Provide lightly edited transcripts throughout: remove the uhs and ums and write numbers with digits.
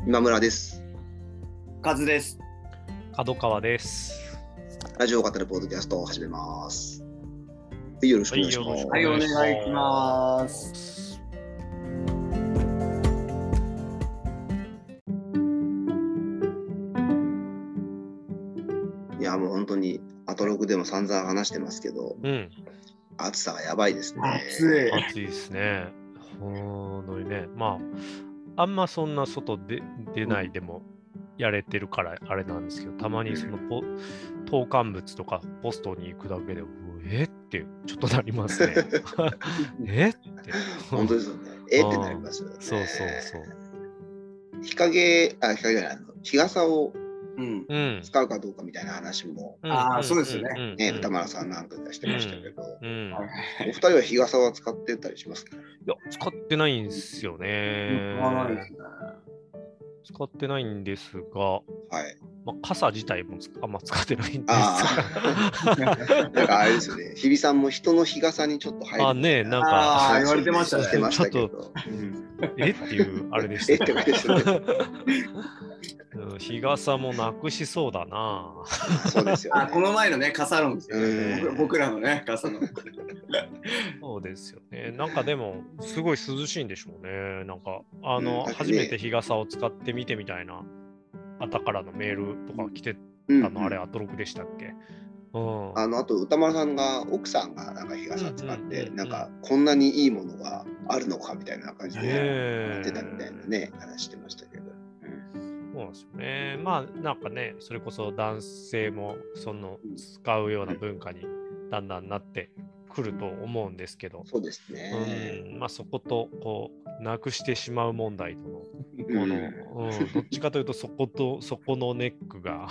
今村です。 カズです。 角川です。 ラジオを語るポッドキャストを始めます。はい、よろしくお願いします。 はい、お願いします。 いや、もう本当にアトログでも散々話してますけど、暑さがやばいですね。 暑いですね。ほんとにね。まあ、あんまそんな外で出ないでもやれてるからあれなんですけど、たまにその投函物とかポストに行くだけで、ってちょっとなりますね。って。 本当ですよね。ってなりますよね。 そう。 日陰じゃない、日傘を使うかどうかみたいな話も、 そうですよね。 歌丸さんなんか出してましたけど、 お二人は日傘は使ってたりしますか？ いや、使ってないんですよね。使ってないんですが、 はい。 まあ、傘自体もあんま使ってないんですが。なんかあれですよね。日比さんも人の日傘にちょっと入る。 ね、なんか言われてましたね。 してましたけど。 っていうあれでした。 って感じですね。 日傘もなくしそうだな。 そうですよね。 この前のね、傘論ですよね。僕らのね、傘の。 そうですよね。なんかでも、すごい涼しいんでしょうね。なんか、初めて日傘を使ってみてみたいな方からのメールとか来てたの、あれ、アトロクでしたっけ？ あと歌丸さんが奥さんがなんか日傘使ってなんかこんなにいいものがあるのかみたいな感じで言ってたみたいなね話してましたけど。 そうなんですよね。まあなんかね、それこそ男性もその使うような文化にだんだんなってくると思うんですけど、 そうですね。 まあそことこうなくしてしまう問題とのこの、どっちかというとそこのネックが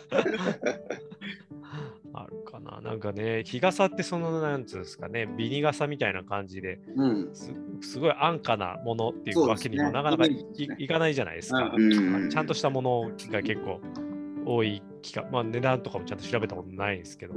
あるかな。なんかね、日傘ってそのなんつうんですかね、ビニ傘みたいな感じで、すごい安価なものっていうわけにもなかなかいかないじゃないですか。ちゃんとしたものが結構多い期間、まあ値段とかもちゃんと調べたことないんですけど、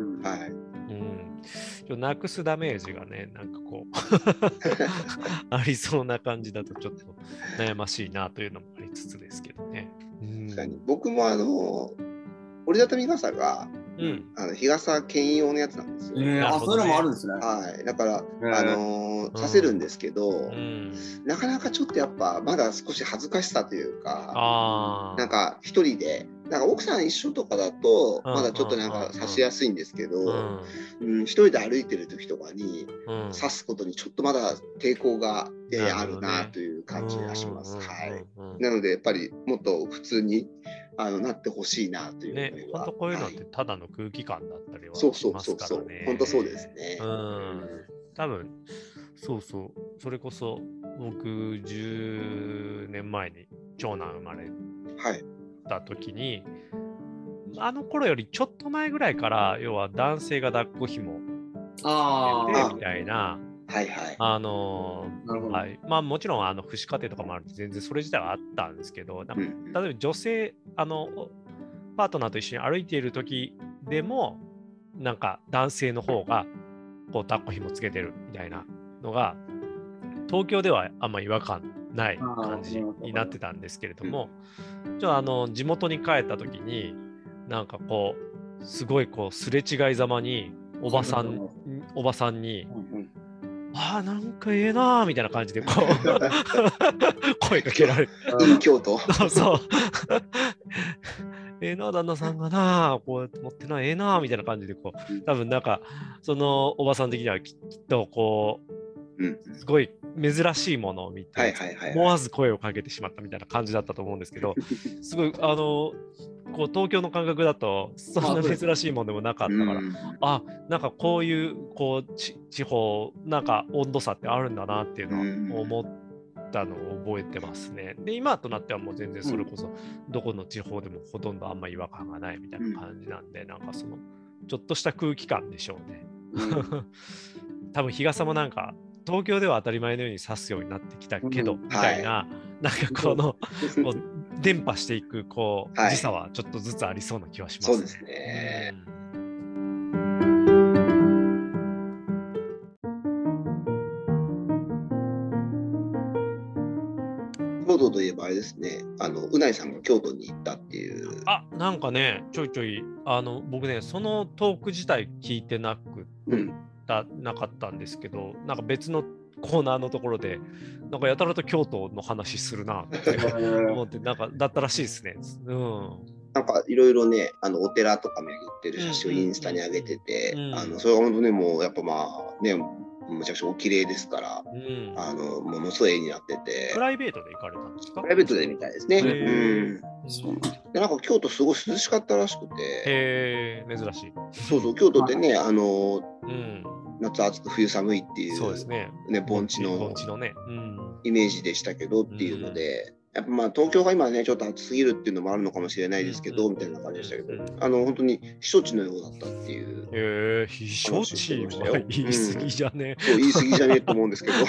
なくすダメージがね、なんかこうありそうな感じだとちょっと悩ましいなというのもありつつですけどね。 確かに僕も折りたたみ傘が日傘兼用のやつなんですよ。 そういうのもあるんですね。 はい。だからさせるんですけど、なかなかちょっとやっぱまだ少し恥ずかしさというか、なんか一人でなんか奥さん一緒とかだとまだちょっとなんか差しやすいんですけど、一人で歩いてる時とかに差すことにちょっとまだ抵抗があるなという感じがします。はい。なのでやっぱりもっと普通になってほしいなという思いは。 本当こういうのってただの空気感だったりはしますからね。 本当そうですね。 多分それこそ僕10年前に長男生まれた時に、あの頃よりちょっと前ぐらいから要は男性が抱っこ紐でみたいな。まあもちろん父子家庭とかもあるんで全然それ自体はあったんですけど、例えば女性パートナーと一緒に歩いている時でもなんか男性の方がこう抱っこ紐つけてるみたいなのが東京ではあんま違和感ない感じになってたんですけれども、地元に帰った時になんかこうすごいこうすれ違いざまにおばさんになんかええなーみたいな感じでこう声かけられる。 京都。 そうええな、旦那さんがな、こうやって持ってな、ええな、みたいな感じで、こう、多分なんか、そのおばさん的にはきっと、こう、すごい珍しいものを見て、思わず声をかけてしまったみたいな感じだったと思うんですけど、すごい、こう東京の感覚だと、そんな珍しいものでもなかったから、なんかこういう、こう、地方、なんか温度差ってあるんだなっていうのは思ったのを覚えてますね。で、今となってはもう全然それこそどこの地方でもほとんどあんま違和感がないみたいな感じなんで、なんかそのちょっとした空気感でしょうね。多分日傘もなんか東京では当たり前のように差すようになってきたけど、みたいな、なんかこのこう伝播していくこう時差はちょっとずつありそうな気はしますね。 そうですね。 京都といえばあれですね、うないさんが京都に行ったっていう。 なんかね、ちょいちょい、僕ね、そのトーク自体聞いてなかったんですけど、なんか別のコーナーのところで、なんかやたらと京都の話するなって思って、なんかだったらしいですね。 なんかいろいろね、お寺とか巡ってる写真をインスタに上げてて、それは本当ね、もうやっぱまあね、むちゃくちゃお綺麗ですから、ものすごい絵になってて。 プライベートで行かれたんですか？ プライベートでみたいですね。で、なんか京都すごい涼しかったらしくて。 珍しい。 そうそう、京都ってね、夏暑く冬寒いっていう、 そうですね。 盆地のね、 イメージでしたけどっていうので、やっぱまあ東京が今ねちょっと暑すぎるっていうのもあるのかもしれないですけど、みたいな感じでしたけど、本当に避暑地のようだったっていう。 避暑地は言い過ぎじゃねえ。 そう言い過ぎじゃねえと思うんですけど。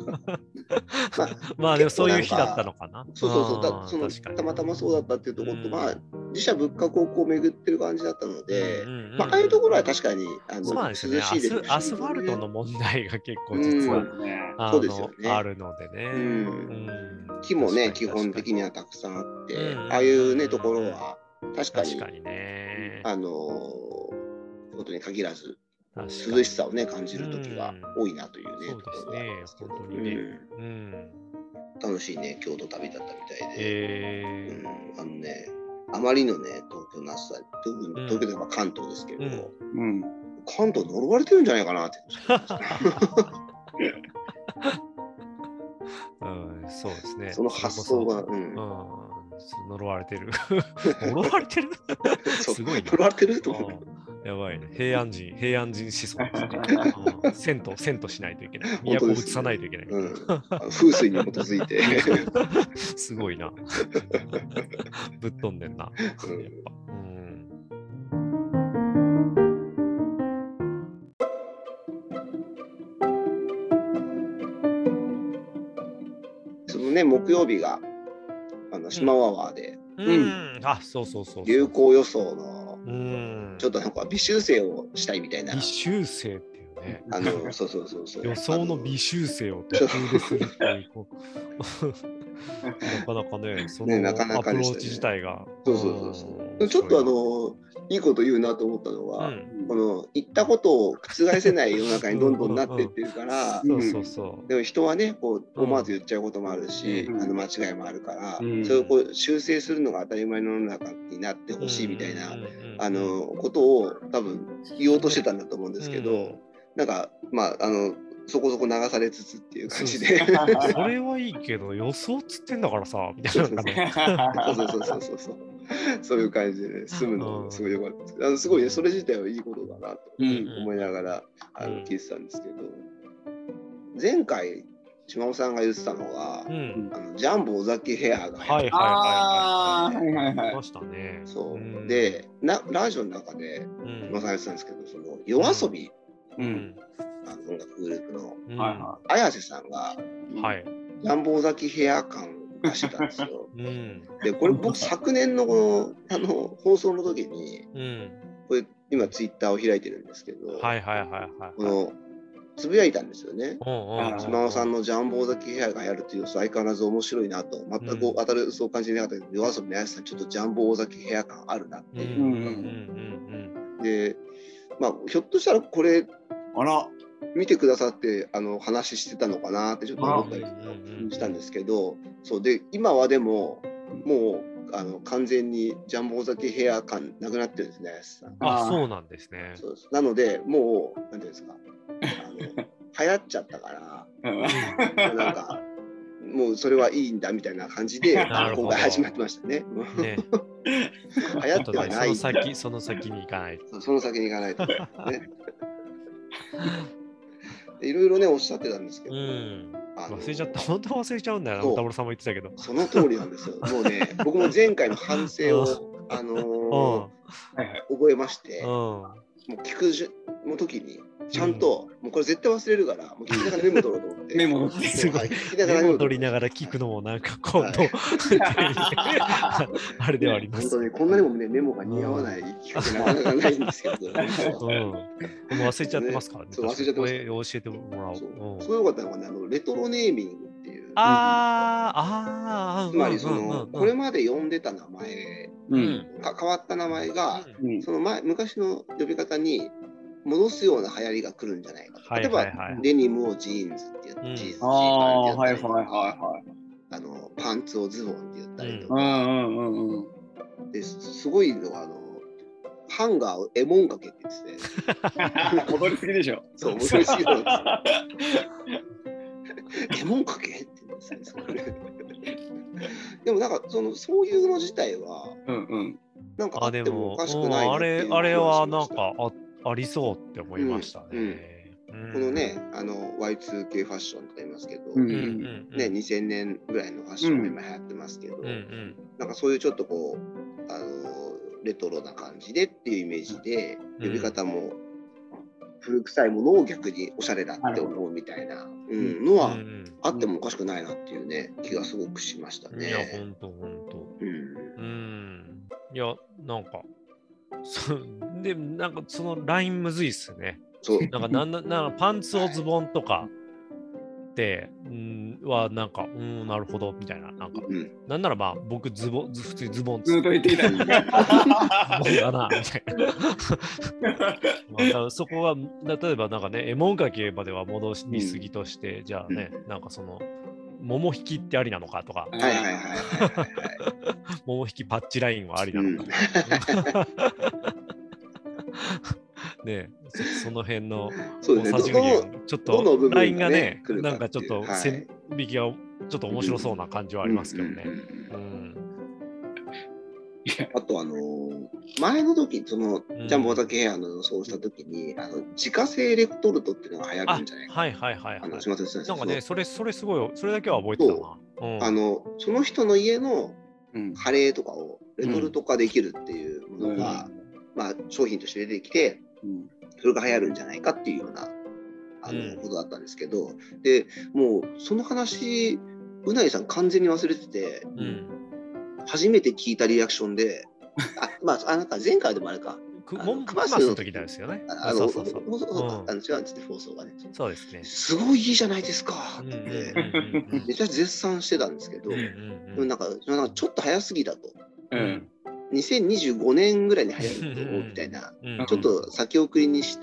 まあでもそういう日だったのかな。 そうたまたまそうだったっていうところと、まあ自社物価高校を巡ってる感じだったので、まあああいうところは確かに涼しいですし、 アスファルトの問題が結構実はそうですよね。 あるのでね。 木もね基本的にはたくさんあって、ああいうねところは確かにね、 ことに限らず涼しさをね感じる時が多いなというね。 そうですね、本当にね。 楽しいね京都旅だったみたいで、ね、あまりのね東京の暑さ、東京というか関東ですけど、関東呪われてるんじゃないかなって。 そうですね。 その発想が、 呪われてる。呪われてるすごいな。 呪われてると思う。 やばいね。平安人思想。遷都しないといけない。都を移さないといけない。 風水に基づいて。 すごいな。ぶっ飛んでんな。やっぱ。 そのね、木曜日が島ワワーで、流行予想のちょっとなんか微修正をしたいみたいな。 微修正っていうね。 そう。 予想の微修正を途中でするっていう。なかなかね、そのアプローチ自体が。 そうちょっといいこと言うなと思ったのは、この言ったことを覆せない世の中にどんどんなっていってるから、でも人はねこう思わず言っちゃうこともあるし、間違いもあるから、それをこう修正するのが当たり前の世の中になってほしいみたいなことを多分言おうとしてたんだと思うんですけど、なんかまあそこそこ流されつつっていう感じで。 それはいいけど予想っつってんだからさみたいなね。 そういう感じで、ね、済むのすごい良かったです。すごいね、それ自体はいいことだなと思いながら聞いてたんですけど、前回島尾さんが言ってたのが、ジャンボ尾崎ヘアがはいましたね。 そうでラジオの中で島尾さんが言ってたんですけど、その夜遊び、音楽グループの綾瀬さんがジャンボ尾崎ヘア感出してたんですよ。でこれ僕昨年のこの放送の時に、これ今ツイッターを開いてるんですけど、このつぶやいたんですよね。島尾さんのジャンボ尾崎ヘアがやるという相変わらず面白いなと、全く当たるそう感じなかったけど、夜遊びの綾瀬さんちょっとジャンボ尾崎ヘア感あるなっていう。でまあひょっとしたらこれ見てくださって話してたのかなってちょっと思ったりしたんですけど、そうで今はでももう完全にジャンボ尾崎ヘア感なくなってるんですね、 そうなんですね。 そうです。なのでもう何ていうんですか、流行っちゃったからなんかもうそれはいいんだみたいな感じで今回始まってましたね。流行ってはない。 その先に行かない。 その先に行かないとね。いろいろねおっしゃってたんですけど、 忘れちゃった。本当忘れちゃうんだよな。歌丸さんも言ってたけど。 その通りなんですよ。もうね、僕も前回の反省を覚えまして、もう聞くの時にちゃんと、もうこれ絶対忘れるから、もう聞きながらメモ取ろうと思って。 メモ取ってすごい。メモ取りながら聞くのもなんか今度、あれではあります。 本当にこんなにもねメモが似合わない聞かせなかなかないんですけど。 もう忘れちゃってますからね。 そう忘れちゃってます。 教えてもらおう。 すごい良かったのがね、レトロネーミングっていうつまりこれまで呼んでた名前が変わった名前が、その昔の呼び方に戻すような流行りが来るんじゃないかと。例えば、デニムをジーンズって言って、ジーンズ、ジーパンって言ったり、パンツをズボンって言ったりとか。ですごいのは、ハンガーをエモンかけって言ってて。 戻りすぎでしょ。 そう、戻りすぎなんですよ。エモンかけって言うんですよね。でもなんかそういうの自体は、なんかあってもおかしくないなっていう気がしました。 あれはなんかありそうって思いましたね。 このね、Y2K ファッションとか言いますけど、ね、2000年ぐらいのファッションが今流行ってますけど、なんかそういうちょっとこうレトロな感じでっていうイメージで、呼び方も古臭いものを逆におしゃれだって思うみたいなのはあってもおかしくないなっていうね気がすごくしましたね。 いや本当。いやなんかでなんかそのラインむずいっすね。なんかパンツをズボンとかってはなんかなるほどみたいななんか、なんならまあ僕普通にズボンずっと言っていたんですね。 ズボンだなみたいな。そこは例えばなんかねエモンかけまでは戻しにすぎとして、じゃあねなんかその桃引きってありなのかとか、桃引きパッチラインはありなのかね、その辺の差しちょっとラインがねなんかちょっと線引きがちょっと面白そうな感じはありますけどね。 あと前の時ジャンボ畑ヘアのそうした時に自家製レクトルトっていうのが流行るんじゃないかな。すみません。 なんかねそれすごいそれだけは覚えてたな。 その人の家のカレーとかをレトルト化できるっていうものがまあ商品として出てきて、それが流行るんじゃないかっていうようなことだったんですけど、でもうその話うないさん完全に忘れてて、初めて聞いたリアクションで、なんか前回でもあれか、 クマスの時ですよね。 そう違うんですね、放送がね。 そうですね。 すごいいいじゃないですかってめちゃ絶賛してたんですけど、でもなんかちょっと早すぎだと。2025年ぐらいに流行ると思うみたいな、ちょっと先送りにして、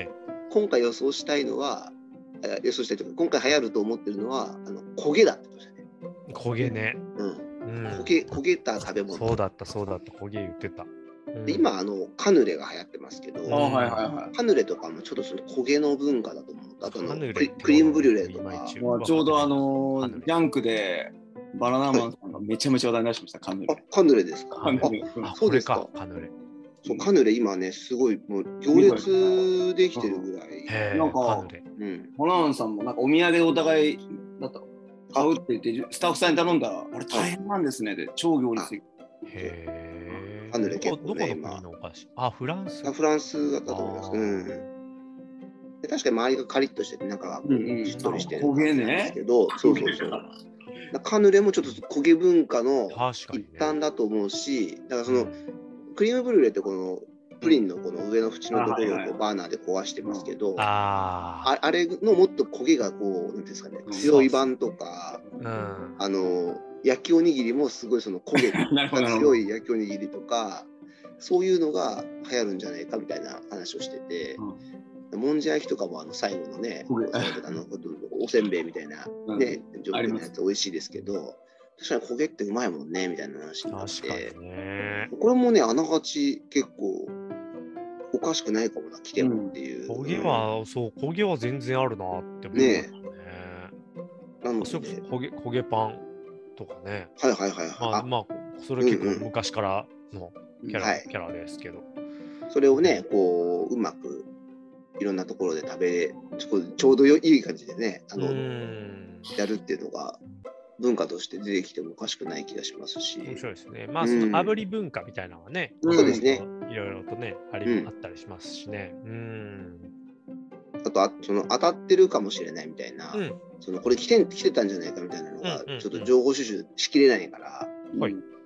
今回予想したいというか、今回流行ると思ってるのは焦げだって言ってましたね。 焦げね。 焦げた食べ物。 そうだった、焦げ言ってた。 で今カヌレが流行ってますけど、カヌレとかもちょっとその焦げの文化だと思う。あとクリームブリュレとか。 ちょうどジャンクでバナナマンさんがめちゃめちゃ話題になしました。カヌレ。 カヌレですか。そうですか。 カヌレ。 そうカヌレ今ねすごいもう行列できてるぐらい。 なんかバナナマンさんもなんかお土産お互いだった買うって言ってスタッフさんに頼んだらあれ大変なんですねで超行列。 カヌレ結構ね今。 フランス。 フランスだったと思います。確かに周りがカリッとしててなんかしっとりしてるんですけど、そうカヌレもちょっと焦げ文化の一端だと思うし、だからそのクリームブリュレってこのプリンのこの上の縁のところをバーナーで壊してますけど、あれのもっと焦げがこうなんですかね強い版とか、焼きおにぎりもすごいその焦げが強い焼きおにぎりとかそういうのが流行るんじゃないかみたいな話をしてて。もんじゃ焼きとかも最後のねおせんべいみたいなね状態のやつ美味しいですけど確かに焦げってうまいもんねみたいな話になってこれもねあながち結構おかしくないかもな来てもっていう焦げは全然あるなって思いましたね。なので焦げパンとかねそれ結構昔からのキャラですけどそれをねこううまくいろんなところでちょうどいい感じでねやるっていうのが文化として出てきてもおかしくない気がしますし面白いですね。その炙り文化みたいなのはねそうですねいろいろとねあったりしますしね。 あとその当たってるかもしれないみたいなこれ来てたんじゃないかみたいなのがちょっと情報収集しきれないから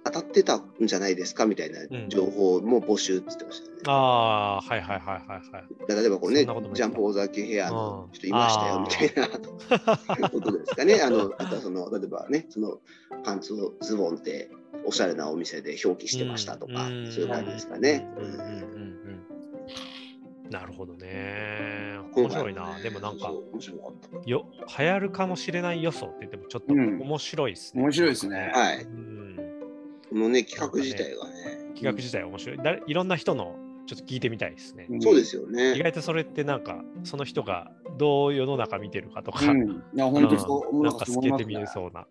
当たってたんじゃないですかみたいな情報も募集って言ってましたね。 ああ、はいはいはいはいはい。 例えばこうね、ジャンプ尾崎ヘアの人いましたよみたいなことですかね。あとは例えばね、そのパンツをズボンっておしゃれなお店で表記してましたとか、そういう感じですかね。 なるほどね。面白いな。でもなんか、流行るかもしれない予想って言ってもちょっと面白いですね。 面白いですね。 はい。このね、企画自体がね。 企画自体面白い。いろんな人のちょっと聞いてみたいですね。 そうですよね。 意外とそれってなんか、その人がどう世の中見てるかとか、 いや、本当そう。 なんか透けて見えそうな。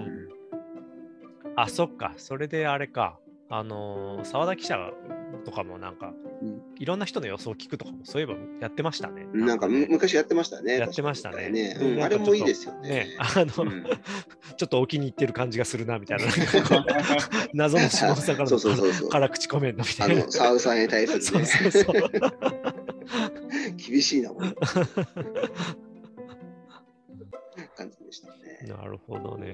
あ、そっか。それであれか。澤田記者とかもなんか、いろんな人の予想を聞くとかもそういえばやってましたね。 なんか昔やってましたね。 やってましたね。 あれもいいですよね。 ちょっとお気に入ってる感じがするなみたいな。謎の下さからの辛口コメントみたいな。 澤田さんに対するね。厳しいな、これ。感じでしたね。 なるほどね。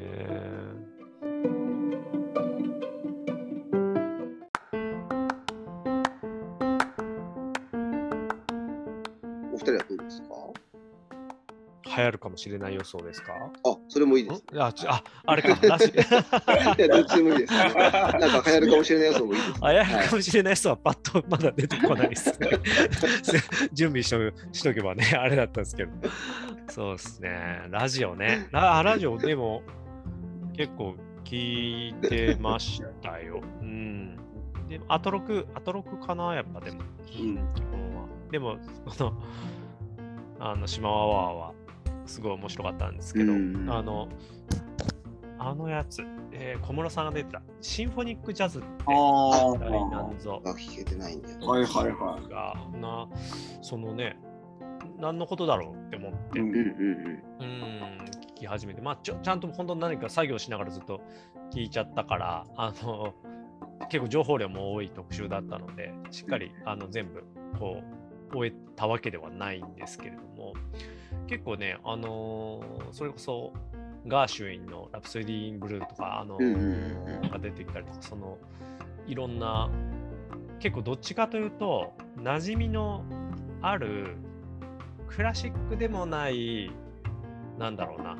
お二人はどうですか？ 流行るかもしれない予想ですか？ あ、それもいいです。 あれか、なし。いや、どっちでもいいです。なんか流行るかもしれない予想もいいです。 流行るかもしれない予想はパッとまだ出てこないですね。準備しとけばね、あれだったんですけど。そうですね。ラジオね。ラジオでも結構聞いてましたよ。でもアトロクかな、やっぱでも。でも、島ワワーはすごい面白かったんですけど、あのやつ、小室さんが出てたシンフォニックジャズってなんぞが聞けてないんだよ。 はいはいはい。そのね、何のことだろうって思って聞き始めて、ちゃんと本当に何か作業しながらずっと聞いちゃったから、結構情報量も多い特集だったので、しっかり全部こう終えたわけではないんですけれども、結構ね、それこそガーシュウィンのラプソディーンブルーとかが出てきたりとか、いろんな結構どっちかというと馴染みのあるクラシックでもないなんだろうな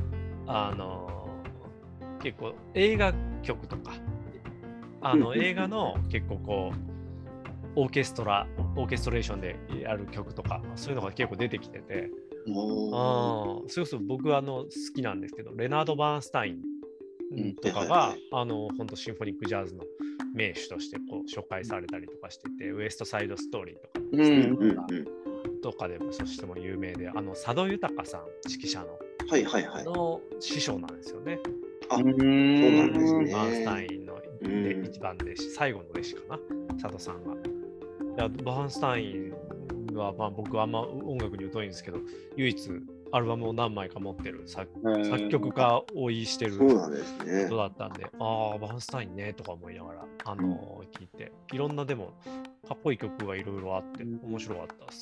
結構映画曲とか映画の結構こうオーケストレーションでやる曲とかそういうのが結構出てきてて、それこそ僕好きなんですけどレナード・バーンスタインとかが本当シンフォニックジャズの名手としてこう紹介されたりとかしてて、ウエストサイドストーリーとかとかでもそしても有名で佐渡裕さん指揮者の師匠なんですよね。 そうなんですね。 バーンスタインの一番弟子、最後の弟子かな、佐渡さんが。バーンスタインは僕はあんま音楽に疎いんですけど、唯一アルバムを何枚か持ってる作曲家を追いしてる人だったんで、バーンスタインねとか思いながら聞いて、いろんなでもかっこいい曲がいろいろあって面白かったです。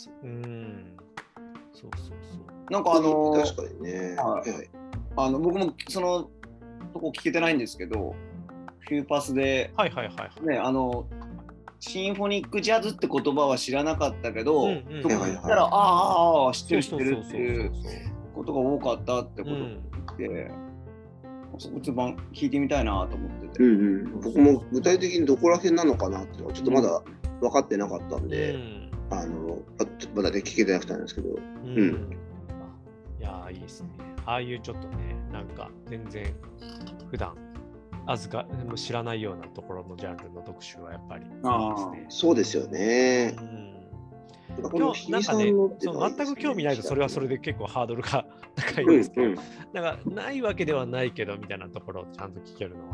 そうなんか確かにね。 僕もそのとこ聞けてないんですけど、フューパスでね、シンフォニックジャズって言葉は知らなかったけど、そこに行ったら知ってるっていうことが多かったってことを聞いて、そこ一番聞いてみたいなと思ってて、 僕も具体的にどこら辺なのかなっていうのはちょっとまだ分かってなかったんで、まだね聞けてなくてなんですけど、いやいいですね。ああいうちょっとね、なんか全然普段知らないようなところのジャンルの特集はやっぱりいいですね。 そうですよね。 今日なんかね、全く興味ないとそれはそれで結構ハードルが高いんですけど、なんかないわけではないけどみたいなところをちゃんと聞けるのは、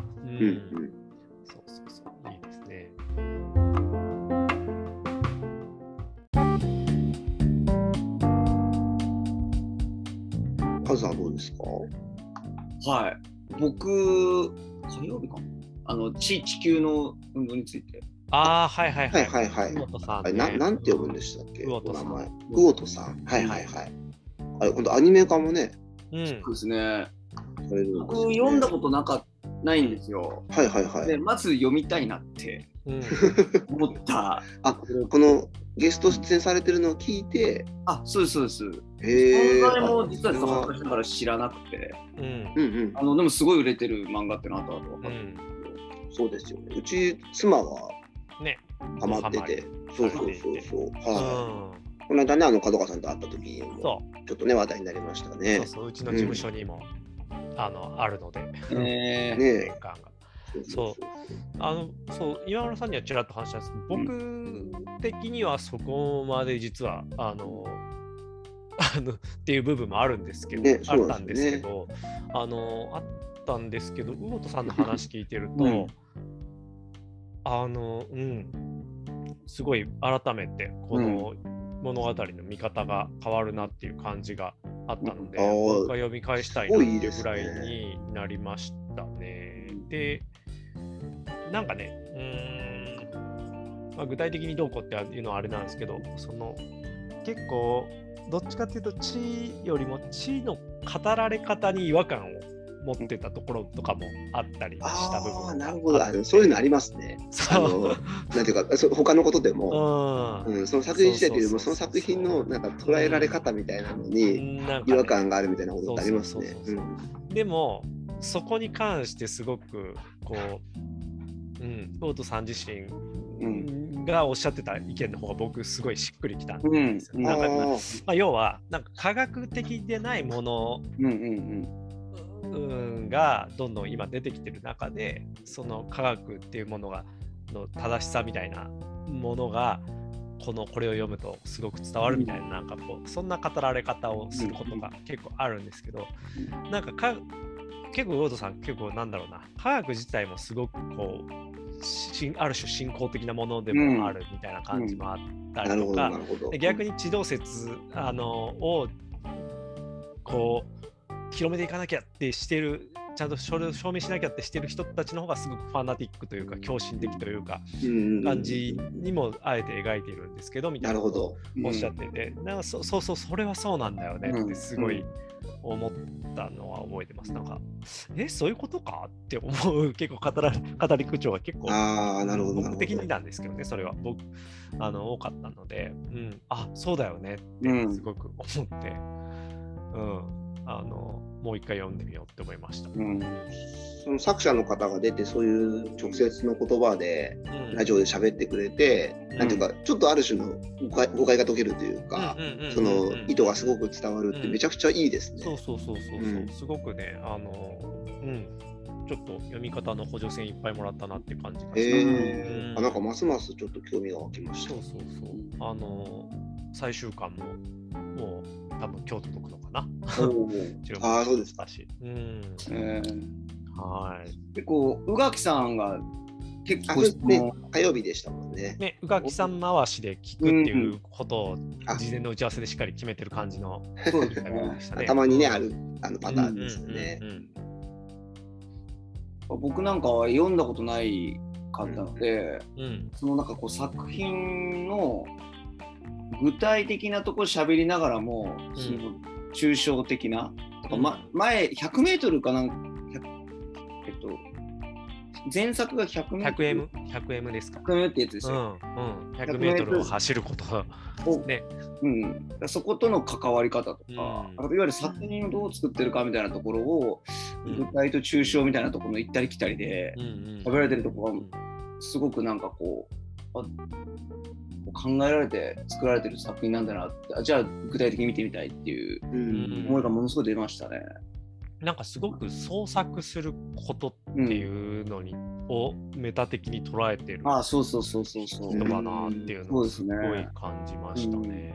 そういいですね。 カズさんはどうですか？ はい、僕火曜日かな、地球の運動について。 はい。 魚戸さん、なんて呼ぶんでしたっけ？魚戸さん。魚戸さん。はい。あれ、今度アニメ化もね。 そうですね。僕読んだことなかっないんですよ。 はいはいはい。 でまず読みたいなって思った。 このゲスト出演されてるのを聞いて。 そうですそうです。存在も実は発表してから知らなくて、でもすごい売れてる漫画ってなったと分かる。 そうですよね。うち妻はハマってて、そう。この間ね、角川さんと会った時にもちょっとね話題になりましたね。 うちの事務所にもあるので、 年間が。 岩村さんにはちらっと話したんですけど、僕的にはそこまで実はっていう部分もあるんですけど、あったんですけど、あったんですけど、魚戸さんの話聞いてると、すごい改めてこの物語の見方が変わるなっていう感じがあったので、もう一回読み返したいなっていうぐらいになりましたね。で、なんかね、具体的にどうこうっていうのはあれなんですけど、結構どっちかっていうと地よりも地の語られ方に違和感を持ってたところとかもあったりした部分。 なるほど、そういうのありますね。なんていうか、他のことでも、その作品自体というよりもその作品のなんか捉えられ方みたいなのに違和感があるみたいなことってありますね。 でもそこに関してすごく魚戸さん自身がおっしゃってた意見の方が僕すごいしっくりきたんですよ。要はなんか科学的でないものがどんどん今出てきてる中で、その科学っていうものがの正しさみたいなものがこれを読むとすごく伝わるみたいな、なんかそんな語られ方をすることが結構あるんですけど、なんか結構魚戸さん結構なんだろうな、科学自体もすごくある種信仰的なものでもあるみたいな感じもあったりとか、逆に地動説を広めていかなきゃってしてる、ちゃんと証明しなきゃってしてる人たちの方がすごくファナティックというか狂信的というか感じにもあえて描いているんですけどみたいなことをおっしゃってて、なんかそれはそうなんだよねってすごい思ったのは覚えてます。なんかそういうことかって思う結構語り口調が結構僕的になんですけどね、それは僕多かったので、そうだよねってすごく思って、もう一回読んでみようって思いました。 その作者の方が出てそういう直接の言葉でラジオで喋ってくれて、なんていうかちょっとある種の誤解が解けるというか、その意図がすごく伝わるってめちゃくちゃいいですね。 すごくね、ちょっと読み方の補助線いっぱいもらったなっていう感じがした。なんかますますちょっと興味が湧きました。 最終巻ももう多分今日届くのかな。 そうですか。 結構宇垣さんが結構火曜日でしたもんね。 宇垣さん回しで聞くっていうことを事前の打ち合わせでしっかり決めてる感じのたまにねあるパターンですね。 僕なんかは読んだことないかったので、そのなんか作品の具体的なところ喋りながらも、その抽象的なとか、前100メートルかな、前作が 100M ですか。 100M ってやつですよ。 100メートルを走ることね。 そことの関わり方とか、いわゆる作品をどう作ってるかみたいなところを、具体と抽象みたいなところの行ったり来たりで喋られてるところがすごくなんか考えられて作られてる作品なんだなって、じゃあ具体的に見てみたいっていう思いがものすごい出ましたね。 なんかすごく創作することっていうのをメタ的に捉えてる人だなっていうのをすごい感じましたね。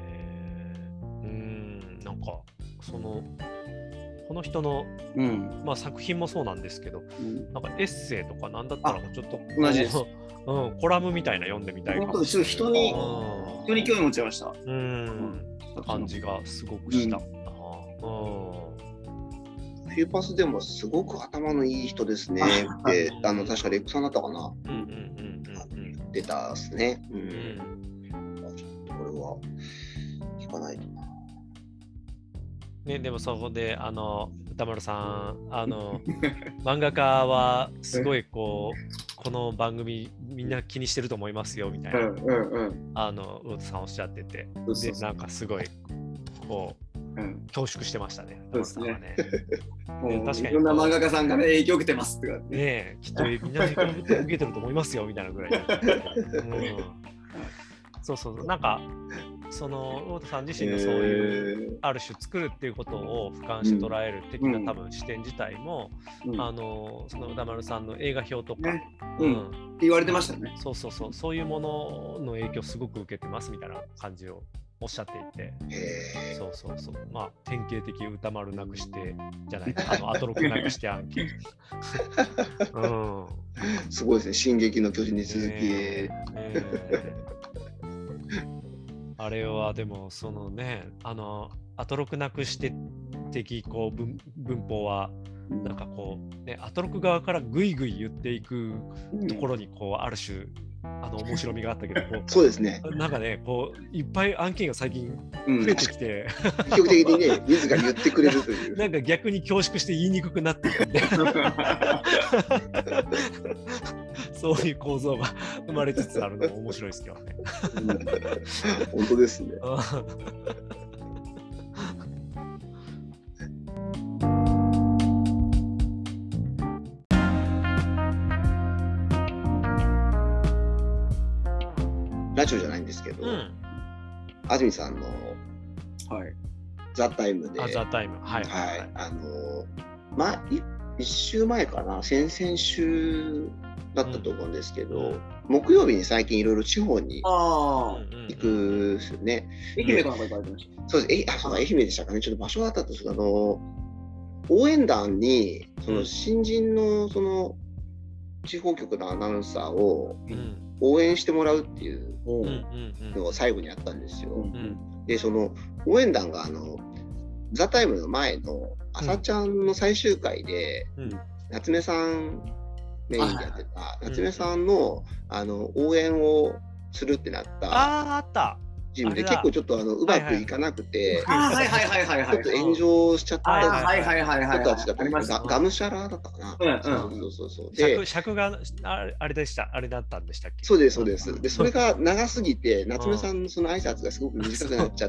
なんかこの人の、作品もそうなんですけど、なんかエッセイとかなんだったらちょっと同じです。 コラムみたいな読んでみたいかもしれない。人に興味持っちゃいました。 感じがすごくした。 フィーパスでもすごく頭のいい人ですねって確かレックさんだったかな言ってたっすね。ちょっとこれは聞かないとな。 でもそこで歌丸さん、漫画家はすごいこの番組みんな気にしてると思いますよみたいな、魚田さんおっしゃってて、でなんかすごいこう恐縮してましたね。 そうですね。 確かにいろんな漫画家さんがね影響を受けてますってかね、きっとみんな影響を受けてると思いますよみたいなぐらい。そうそう、なんかその魚田さん自身のそういうある種作るっていうことを俯瞰して捉える的な多分視点自体も、その歌丸さんの映画表とか、 言われてましたね。 そういうものの影響すごく受けてますみたいな感じをおっしゃっていて、まあ典型的歌丸なくしてじゃない、アトロクなくして案件。 すごいですね、進撃の巨人に続き。 あれはでもそのね、アトロクなくして的こう文法はなんかこうね、アトロク側からグイグイ言っていくところにこうある種面白みがあったけど、 そうですね。 なんかね、こういっぱい案件が最近増えてきて、 積極的にね、自ら言ってくれるという。 なんか逆に恐縮して言いにくくなっていくんで。そういう構造が生まれつつあるのも面白いですけどね。 本当ですね。ラジオじゃないんですけど、安住さんのザ・タイムで、 ザ・タイム、 まあ1週前かな、先々週だったと思うんですけど、木曜日に最近いろいろ地方に行くですよね。 愛媛かなんか行かれてました。 そうです、愛媛でしたかね。ちょっと場所だったんですけど、応援団にその新人のその地方局のアナウンサーを応援してもらうっていうのを最後にやったんですよ。で、その応援団がザ・タイムの前の朝ちゃんの最終回で、夏目さんメインでやってた夏目さんの応援をするってなったチームで、結構ちょっとうまくいかなくて、ちょっと炎上しちゃった人たちだったり、ガムシャラだったかな。 で、尺があれだったんでしたっけ？ そうです、そうです。で、それが長すぎて、夏目さんのその挨拶がすごく短くなっちゃって、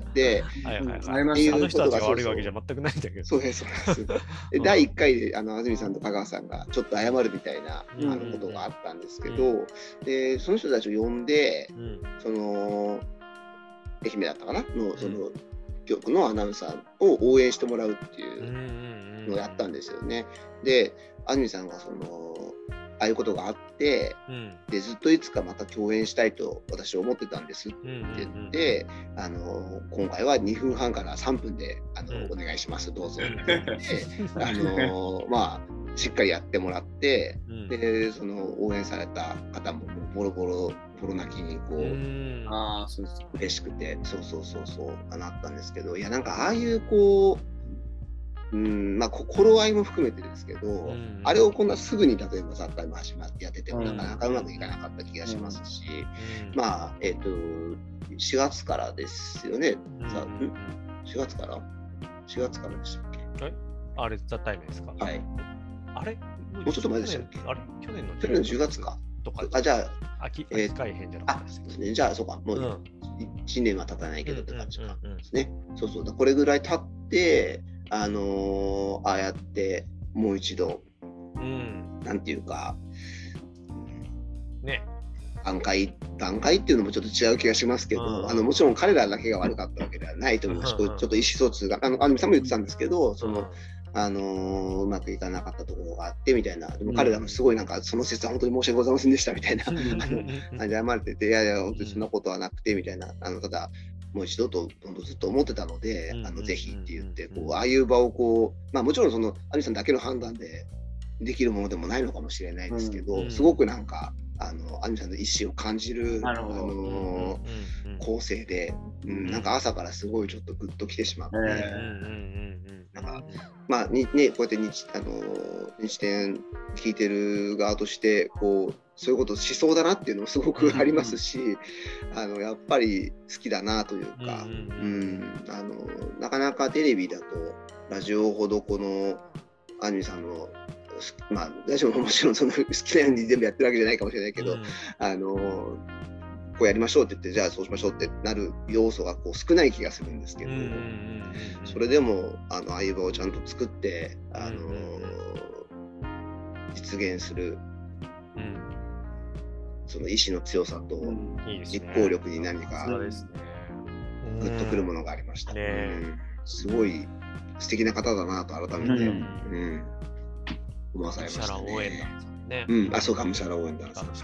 あの人たちが悪いわけじゃ全くないんだけど。 そうです、そうです。第1回で安住さんと香川さんがちょっと謝るみたいなことがあったんですけど、で、その人たちを呼んで、その愛媛だったかなのその局のアナウンサーを応援してもらうっていうのをやったんですよね。で、安住さんがああいうことがあって、でずっといつかまた共演したいと私は思ってたんですって言って、今回は2分半から3分でお願いします、どうぞって言ってまあしっかりやってもらって、でその応援された方もボロボロ泣きにこう嬉しくて、そうなったんですけど、いやなんかああいうこうまあ心合いも含めてですけど、あれをこんなすぐに例えばザ・タイム始まってやっててもなかなかうまくいかなかった気がしますし、まあ4月からですよね。4月からでしたっけ？ あれザ・タイムですか？ はい。 あれもうちょっと前でしたっけ？ あれ去年の 10月か。じゃあ秋改編じゃなかったですね。じゃあそうか、もう1年は経たないけどって感じかですね。そうこれぐらい経ってああやってもう一度、なんていうかね、 段階っていうのもちょっと違う気がしますけど、もちろん彼らだけが悪かったわけではないと思います。ちょっと意思疎通が安住さんも言ってたんですけど、うまくいかなかったところがあってみたいな、でも彼らもすごいなんかその説は本当に申し訳ございませんでしたみたいな謝られてて、いや本当にそんなことはなくてみたいな、ただもう一度とずっと思ってたので、ぜひって言ってこうああいう場をこう、まあもちろんその安住さんだけの判断でできるものでもないのかもしれないですけど、すごくなんか安住さんの意思を感じる構成で、なんか朝からすごいちょっとグッときてしまって、なんかまあこうやって日天聞いてる側としてこうそういうことしそうだなっていうのもすごくありますし、やっぱり好きだなというか、なかなかテレビだとラジオほどこのアニメさんのまあラジオももちろんその好きなように全部やってるわけじゃないかもしれないけど、こうやりましょうって言ってじゃあそうしましょうってなる要素がこう少ない気がするんですけど、それでもああいう場をちゃんと作って実現する、その意志の強さと実行力に何かグッとくるものがありました。すごい素敵な方だなと改めて思わされましたね。あ、そうか、むしゃら応援団さん。はい。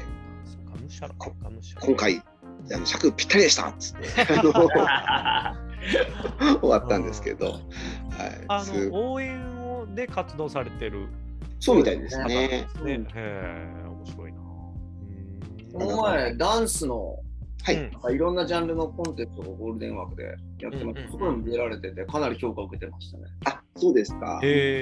今回尺ぴったりでしたっつって終わったんですけど、 応援で活動されてる。 そうみたいですね。 面白いな。 この前ダンスのいろんなジャンルのコンテンツをゴールデンワークでやってます。そこに出られててかなり評価を受けてましたね。 あ、そうですか。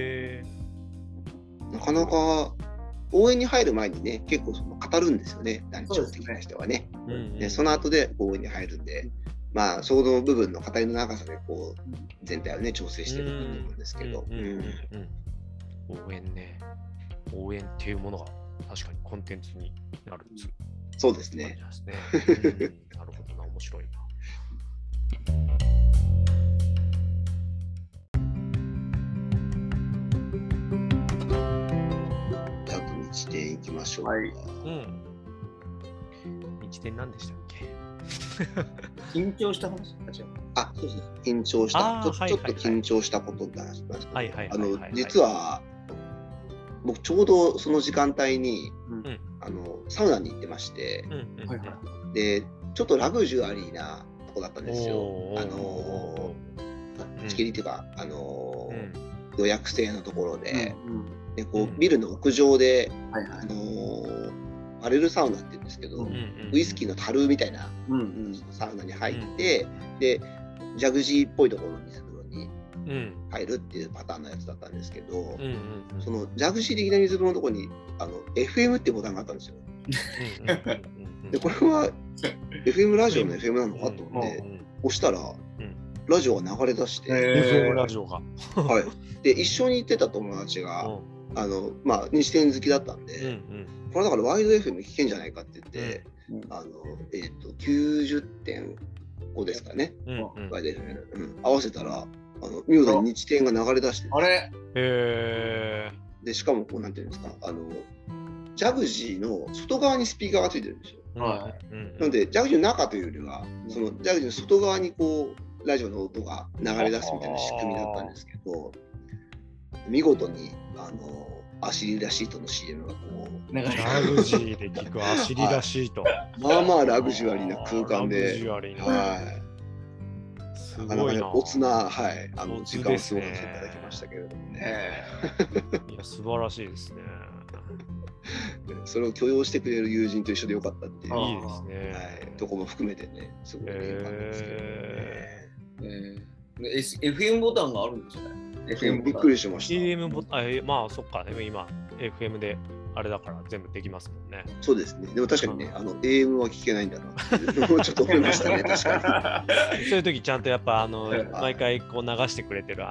なかなか応援に入る前にね、結構語るんですよね、団長的な人はね。その後で応援に入るんで、まあその部分の語りの長さでこう全体をね調整してると思うんですけど。 応援ね、応援っていうものが確かにコンテンツになるんです。 そうですね。 なるほどな、面白いな。 じゃあ日展いきましょうか。 日展何でしたっけ？ 緊張した話あ、そうですね。緊張した。ちょっと緊張したことって話しますけど、実は僕ちょうどその時間帯にサウナに行ってまして、でちょっとラグジュアリーなとこだったんですよ。貸し切りっていうか予約制のところで、こうビルの屋上でバレルサウナって言うんですけど、ウイスキーの樽みたいなサウナに入って、でジャグジーっぽいところの水風呂に入るっていうパターンのやつだったんですけど、そのジャグジー的な水風呂のところにFM っていうボタンがあったんですよ。でこれは FM ラジオの FM なのかと思って押したらラジオが流れ出して、 FM ラジオがで一緒に行ってた友達がまあ日展好きだったんで、これだからワイド FM 聞けんじゃないかって言って90.5 ですかね、ワイド FM 合わせたら見事に日展が流れ出して、 あれでしかもこうなんていうんですか、ジャグジーの外側にスピーカーがついてるんですよ。なのでジャグジーの中というよりはそのジャグジーの外側にこうラジオの音が流れ出すみたいな仕組みだったんですけど、見事にアシリラシートの CM がこうラグジーで聞くアシリラシート、 まあまあラグジュアリーな空間で、 ラグジュアリーな、 なかなかねおつな時間を過ごさせていただきましたけれどもね。 いや素晴らしいですね。 それを許容してくれる友人と一緒でよかったっていう、 いいですね。 とこも含めてね、すごく良かったですけどね。FM ボタンがあるんですね。 びっくりしました。 FM ボタン、まあそっか、今 FM であれだから全部できますもんね。 そうですね。でも確かにね、AM は聞けないんだなっていうのをちょっと思いましたね、確かに。そういう時ちゃんとやっぱ毎回こう流してくれてる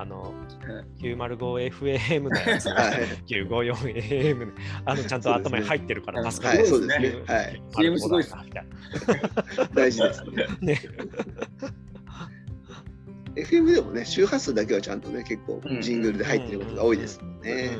905FM のやつ、954AM ちゃんと頭に入ってるから助かる。 そうですね。はい。 CM すごいですね。 大事ですね。FM でもね、周波数だけはちゃんとね、結構ジングルで入ってることが多いですもんね。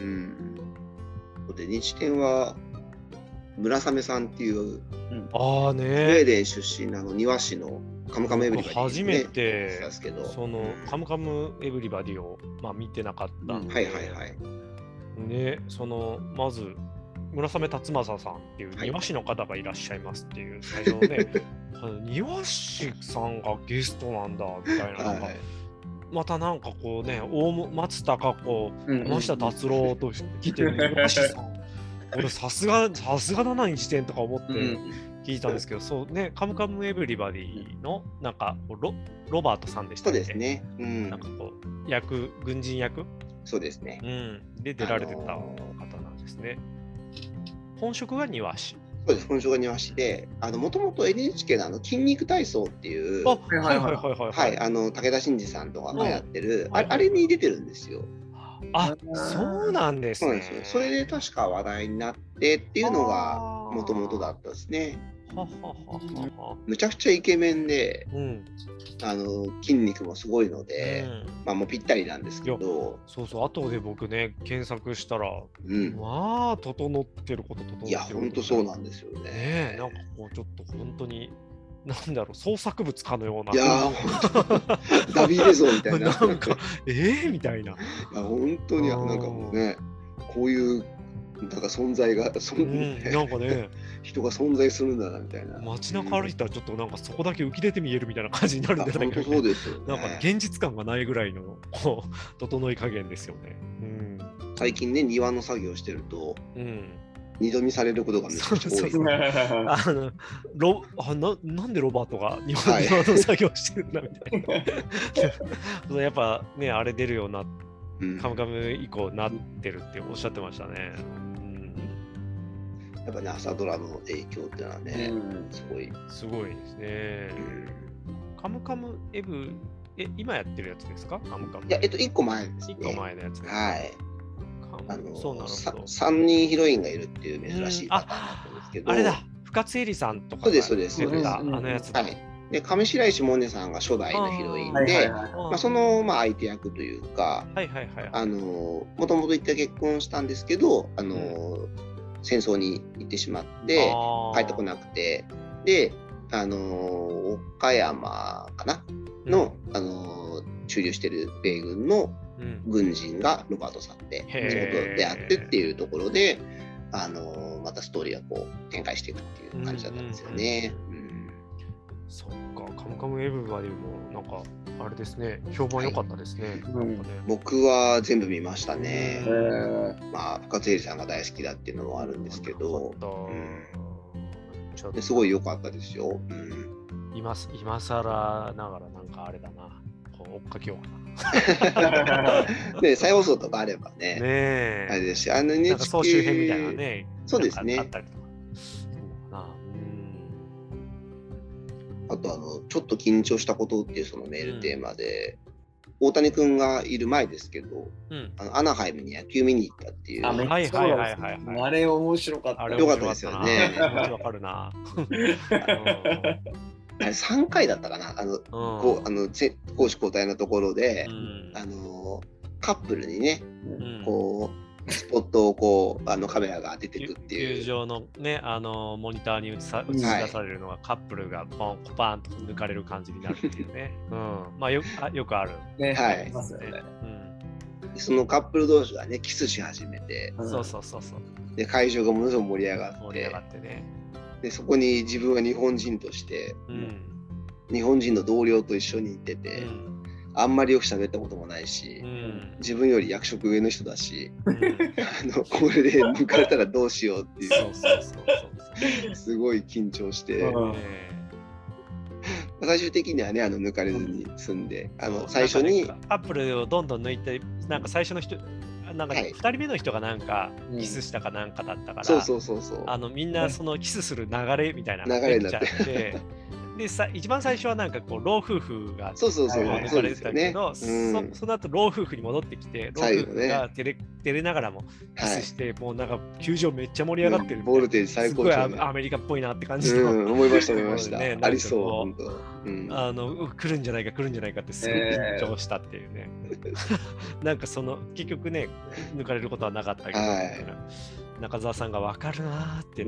で、日展は村雨さんっていう、スウェーデン出身の庭師のカムカムエブリバディ、 初めてそのカムカムエブリバディを見てなかったんで、ね、まず村雨辰剛さんっていう庭師の方がいらっしゃいますっていう最初のね、庭師さんがゲストなんだみたいな、またなんかこうね、松たか子、山下達郎と来てる庭師さん、俺さすがだな日展とか思って聞いたんですけど、そうね、カムカムエブリバディのなんかロバートさんでしたっけ？ そうですね。 なんかこう軍人役？ そうですね。 で出られてた方なんですね。 本職が庭師。 そうです、本職が庭師で、もともと NHK の筋肉体操っていう、武田真治さんとかがやってる、あれに出てるんですよ。 あ、そうなんですね。 それで確か話題になってっていうのがもともとだったですね。むちゃくちゃイケメンで、筋肉もすごいので、もうぴったりなんですけど。 そうそう、後で僕ね、検索したら、まあ、整ってること整ってること。 いや、本当そうなんですよね。 なんかこう、ちょっと本当に、なんだろう、創作物かのような。 いやダビデ像みたいな。 なんか、みたいな。いや、本当に、なんかもうね、こういう、なんか存在が、 なんかね、 人が存在するんだなみたいな。 街中歩いたらちょっとなんかそこだけ浮き出て見えるみたいな感じになるんじゃないか。 そうですよね。 なんか現実感がないぐらいの整い加減ですよね。 最近ね、庭の作業してると、二度見されることがめちゃくちゃ多い。 なんでロバートが庭の作業してるんだみたいな。やっぱね、あれ出るような、カムカム以降なってるっておっしゃってましたね。 やっぱね、朝ドラの影響っていうのはね、すごいですね。カムカムエブ、今やってるやつですか？カムカム。 いや、1個前ですね。 1個前のやつです。 はい。 そうなの。 3人ヒロインがいるっていう珍しいパターンだったんですけど。 あれだ、深津絵里さんとか。 そうです。 あのやつだ。 で、上白石萌音さんが初代のヒロインで、その相手役というか、もともと一回結婚したんですけど、戦争に行ってしまって帰ってこなくて、で岡山かなの、駐留してる米軍の軍人がロバートさんで、そこと出会ってっていうところでまたストーリーがこう展開していくっていう感じだったんですよね。 そっか、カムカムエヴバディもなんかあれですね、評判良かったですね。 僕は全部見ましたね。深津絵里さんが大好きだっていうのもあるんですけど、すごい良かったですよ。 今更ながらなんかあれだな、追っかけようかな。ね、再放送とかあればね。あれですし、 なんか総集編みたいなね。 そうですね。 あったりとか。 あとちょっと緊張したことっていうそのメールテーマで、大谷君がいる前ですけど、アナハイムに野球見に行ったっていう。 あれ面白かった。 よかったですよね。 わかるな。 3回だったかな、攻守交代のところで、カップルにね、こうスポットをこうカメラが当てていくっていう。 球場のね、モニターに映し出されるのが、カップルがポパーンと抜かれる感じになるっていうね。まあよくある。 はい。そのカップル同士がね、キスし始めて。 そう。 で、会場がものすごく盛り上がってね。で、そこに自分は日本人として、日本人の同僚と一緒に行ってて、あんまりよく喋ったこともないし、自分より役職上の人だし、これで抜かれたらどうしようっていう、すごい緊張して、最終的にはね、抜かれずに済んで、最初にカップルをどんどん抜いて、なんか最初の人、なんか2人目の人がなんかキスしたかなんかだったから、みんなそのキスする流れみたいな流れになって。 で一番最初はなんかこう老夫婦が抜かれてたけど、その後老夫婦に戻ってきて、老夫婦が照れながらもキスして、もうなんか球場めっちゃ盛り上がってる、 ボルテージ最高潮、すごいアメリカっぽいなって感じの、 思いました、ありそう、本当。来るんじゃないかってすごい緊張したっていうね。なんか結局ね、抜かれることはなかったけど、中澤さんが分かるなーって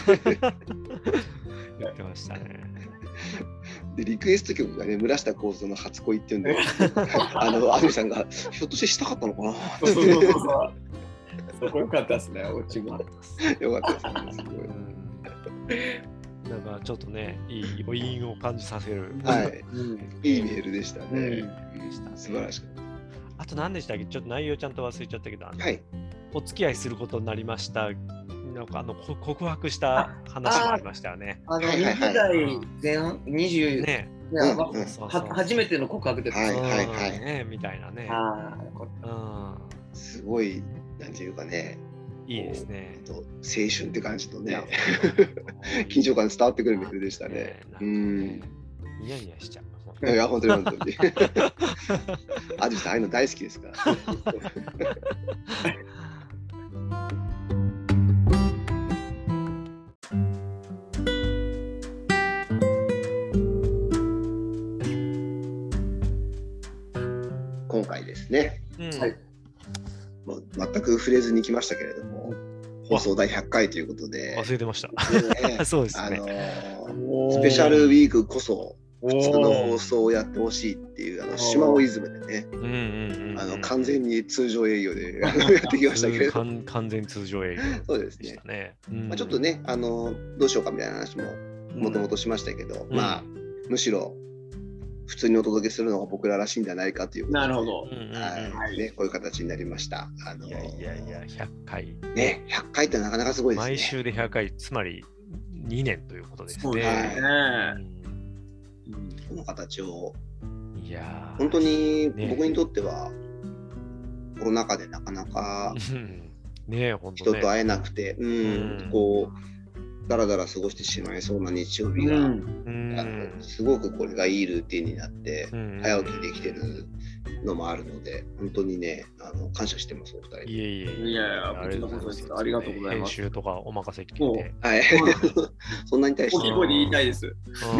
言ってましたね。 でリクエスト曲がね、村下孝蔵の初恋っていうんで、安住さんがひょっとしてしたかったのかな。 そこ良かったですね、おうちも。 よかったですね、すごい。なんかちょっとね、いい余韻を感じさせる。 いいメールでしたね。素晴らしかった。 あと何でしたっけ、ちょっと内容ちゃんと忘れちゃったけど、お付き合いすることになりました。なんか告白した話がありましたよね。 20代前半、20ね、初めての告白ですね、みたいなね。 すごい、なんていうかね、 いいですね。 青春って感じとね、緊張感伝わってくるメールでしたね。 ニヤニヤしちゃう。 いや、本当に。あじさん、ああいうの大好きですから。今回ですね、もう全く触れずに来ましたけれども、放送第100回ということで。 忘れてました。そうですね。 スペシャルウィークこそ、普通の放送をやってほしいっていう島尾イズムでね、完全に通常営業でやってきましたけれども、 完全通常営業、 そうですね。ちょっとね、どうしようかみたいな話ももともとしましたけど、むしろ普通にお届けするのが僕ららしいんじゃないかということで、 なるほど、 こういう形になりました。 いや100回ね、100回ってなかなかすごいですね。 毎週で100回、つまり2年ということですね。 この形を、 いや本当に僕にとっては、コロナ禍でなかなか人と会えなくて、こうだらだら過ごしてしまいそうな日曜日が、すごくこれがいいルーティンになって早起きできてるのもあるので、本当にね、感謝してます、お二人。 いやありがとうございます。 編集とかお任せ聞いて、 はい、そんなに対して大きい声で言いたいです。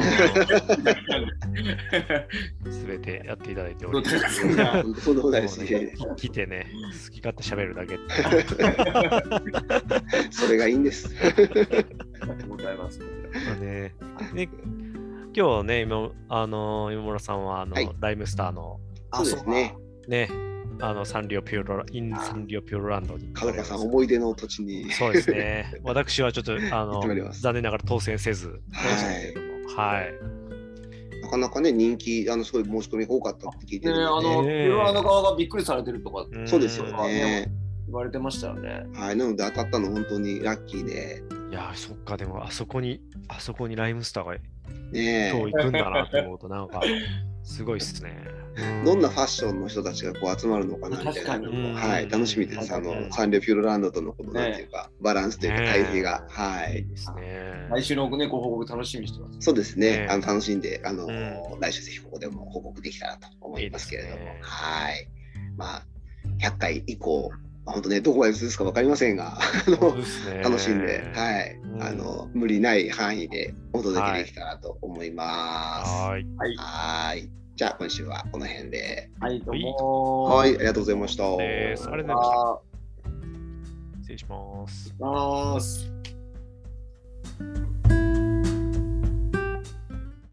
すべてやっていただいております。 そうでもないですね。 来てね、好き勝手喋るだけ。 それがいいんです。 ありがとうございます。 今日ね、今村さんはライムスターの、 そうですね。 サンリオピューロランドに。 角川さん、思い出の土地に。 そうですね。私はちょっと残念ながら当選せず。 なかなかね、人気、すごい申し込みが多かったって聞いてるので。ピューロランド側がびっくりされてるとか。 そうですよね。 言われてましたよね。 はい、なので当たったの本当にラッキーで。 いや、そっか、でもあそこにライムスターが今日行くんだなと思うと、なんかすごいっすね。 どんなファッションの人たちがこう集まるのかなみたいなのも、はい、楽しみです。サンリオピューロランドとのこのなんていうか、バランスというか対比が、はい。 来週のね、ご報告楽しみにしてます。 そうですね。楽しんで、来週ぜひここでも報告できたらと思いますけれども、はい。まあ、100回以降。本当ね、どこまで続くか分かりませんが、楽しんで、はい、無理ない範囲でお届けできたらと思います。はい。じゃあ今週はこの辺で。 はい、どうも。 はい、ありがとうございました。 ありがとうございました。失礼します。